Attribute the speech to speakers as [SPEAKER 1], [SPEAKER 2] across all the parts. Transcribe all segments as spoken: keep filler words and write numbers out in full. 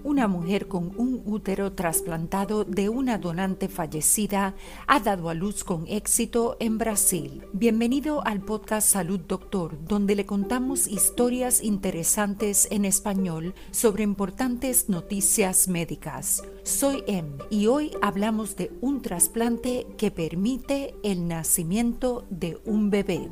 [SPEAKER 1] una mujer con un útero trasplantado de una donante fallecida ha dado a luz con éxito en Brasil. Bienvenido al podcast Salud Doctor, donde le contamos historias interesantes en español sobre importantes noticias médicas. Soy Em y hoy hablamos de un trasplante que permite el nacimiento de un bebé.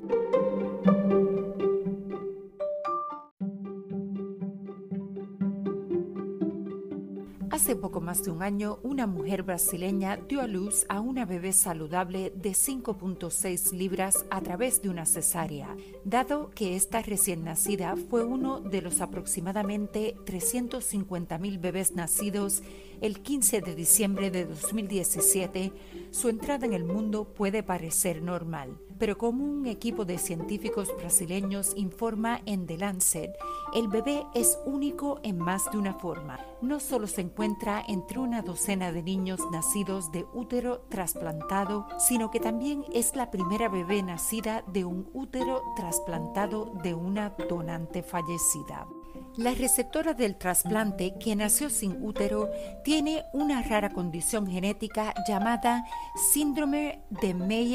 [SPEAKER 1] Hace poco más de un año, una mujer brasileña dio a luz a una bebé saludable de cinco punto seis libras a través de una cesárea, dado que esta recién nacida fue uno de los aproximadamente trescientos cincuenta mil bebés nacidos el quince de diciembre de dos mil diecisiete, su entrada en el mundo puede parecer normal. Pero como un equipo de científicos brasileños informa en The Lancet, el bebé es único en más de una forma. No solo se encuentra entre una docena de niños nacidos de útero trasplantado, sino que también es la primera bebé nacida de un útero trasplantado de una donante fallecida. La receptora del trasplante, que nació sin útero, tiene una rara condición genética llamada síndrome de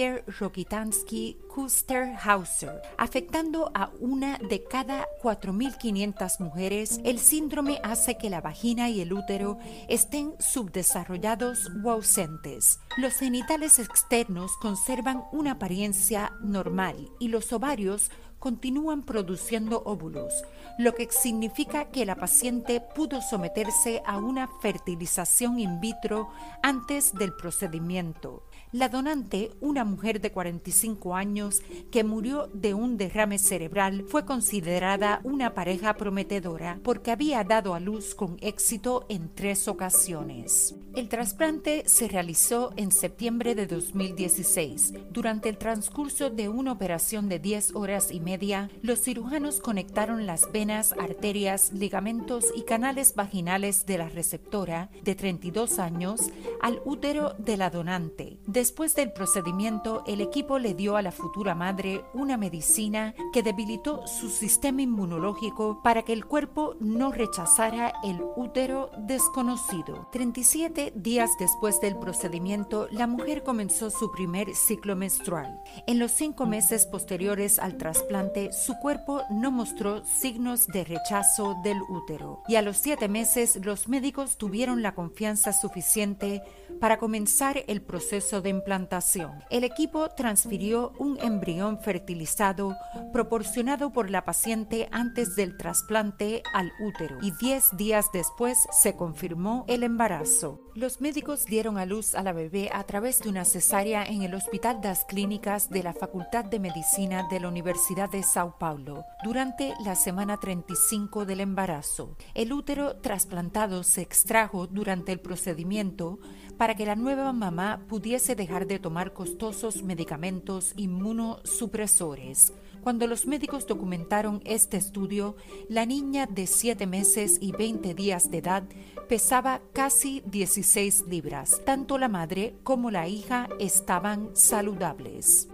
[SPEAKER 1] Mayer-Rokitansky-Kuster-Hauser. Afectando a una de cada cuatro mil quinientas mujeres, el síndrome hace que la vagina y el útero estén subdesarrollados o ausentes. Los genitales externos conservan una apariencia normal y los ovarios continúan produciendo óvulos, lo que significa que la paciente pudo someterse a una fertilización in vitro antes del procedimiento. La donante, una mujer de cuarenta y cinco años que murió de un derrame cerebral, fue considerada una pareja prometedora porque había dado a luz con éxito en tres ocasiones. El trasplante se realizó en septiembre de dos mil dieciséis. Durante el transcurso de una operación de diez horas y media, los cirujanos conectaron las venas, arterias, ligamentos y canales vaginales de la receptora, de treinta y dos años, al útero de la donante. Después del procedimiento, el equipo le dio a la futura madre una medicina que debilitó su sistema inmunológico para que el cuerpo no rechazara el útero desconocido. treinta y siete días después del procedimiento, la mujer comenzó su primer ciclo menstrual. En los cinco meses posteriores al trasplante, su cuerpo no mostró signos de rechazo del útero. Y a los siete meses, los médicos tuvieron la confianza suficiente para comenzar el proceso de implantación. El equipo transfirió un embrión fertilizado proporcionado por la paciente antes del trasplante al útero y diez días después se confirmó el embarazo. Los médicos dieron a luz a la bebé a través de una cesárea en el Hospital das Clínicas de la Facultad de Medicina de la Universidad de Sao Paulo durante la semana treinta y cinco del embarazo. El útero trasplantado se extrajo durante el procedimiento para que la nueva mamá pudiese dejar de tomar costosos medicamentos inmunosupresores. Cuando los médicos documentaron este estudio, la niña de siete meses y veinte días de edad pesaba casi dieciséis libras. Tanto la madre como la hija estaban saludables.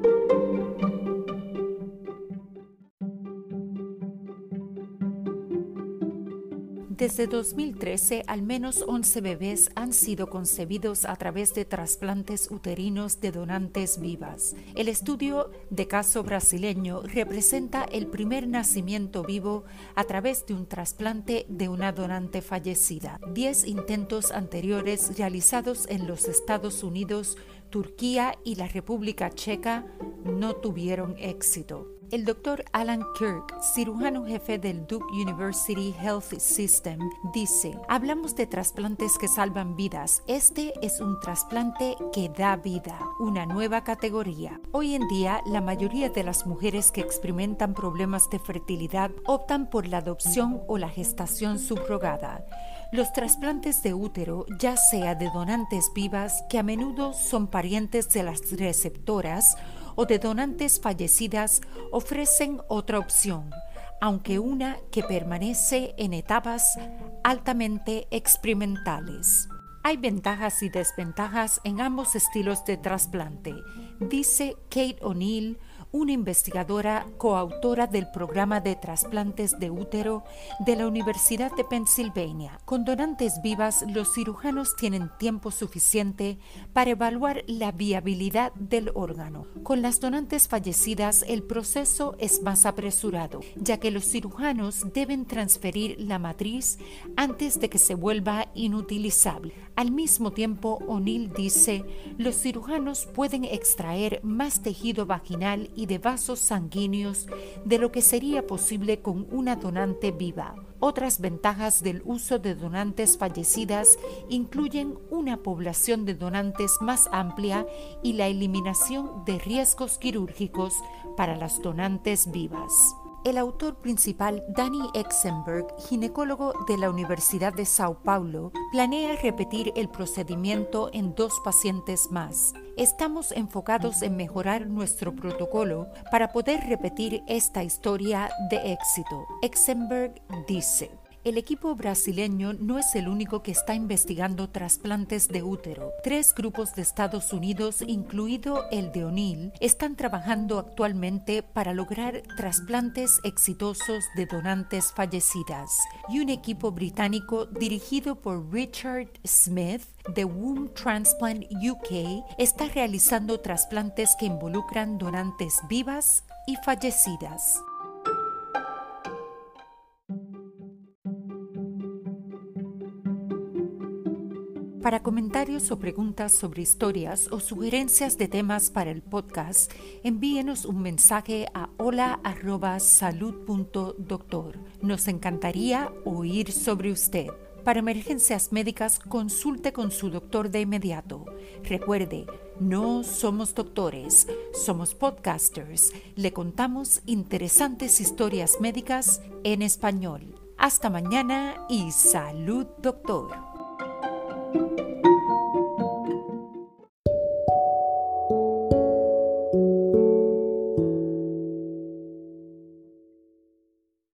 [SPEAKER 1] Desde dos mil trece, al menos once bebés han sido concebidos a través de trasplantes uterinos de donantes vivas. El estudio de caso brasileño representa el primer nacimiento vivo a través de un trasplante de una donante fallecida. Diez intentos anteriores realizados en los Estados Unidos, Turquía y la República Checa no tuvieron éxito. El doctor Alan Kirk, cirujano jefe del Duke University Health System, dice: hablamos de trasplantes que salvan vidas. Este es un trasplante que da vida, una nueva categoría. Hoy en día, la mayoría de las mujeres que experimentan problemas de fertilidad optan por la adopción o la gestación subrogada. Los trasplantes de útero, ya sea de donantes vivas, que a menudo son parientes de las receptoras, o de donantes fallecidas, ofrecen otra opción, aunque una que permanece en etapas altamente experimentales. Hay ventajas y desventajas en ambos estilos de trasplante, dice Kate O'Neill, una investigadora coautora del programa de trasplantes de útero de la Universidad de Pensilvania. Con donantes vivas, los cirujanos tienen tiempo suficiente para evaluar la viabilidad del órgano. Con las donantes fallecidas, el proceso es más apresurado, ya que los cirujanos deben transferir la matriz antes de que se vuelva inutilizable. Al mismo tiempo, O'Neill dice, los cirujanos pueden extraer más tejido vaginal y de vasos sanguíneos de lo que sería posible con una donante viva. Otras ventajas del uso de donantes fallecidas incluyen una población de donantes más amplia y la eliminación de riesgos quirúrgicos para las donantes vivas. El autor principal, Danny Exenberg, ginecólogo de la Universidad de Sao Paulo, planea repetir el procedimiento en dos pacientes más. Estamos enfocados en mejorar nuestro protocolo para poder repetir esta historia de éxito. Exenberg dice: el equipo brasileño no es el único que está investigando trasplantes de útero. Tres grupos de Estados Unidos, incluido el de O'Neill, están trabajando actualmente para lograr trasplantes exitosos de donantes fallecidas. Y un equipo británico dirigido por Richard Smith de Womb Transplant U K está realizando trasplantes que involucran donantes vivas y fallecidas. Para comentarios o preguntas sobre historias o sugerencias de temas para el podcast, envíenos un mensaje a hola arroba salud punto doctor. Nos encantaría oír sobre usted. Para emergencias médicas, consulte con su doctor de inmediato. Recuerde, no somos doctores, somos podcasters. Le contamos interesantes historias médicas en español. Hasta mañana y salud, doctor.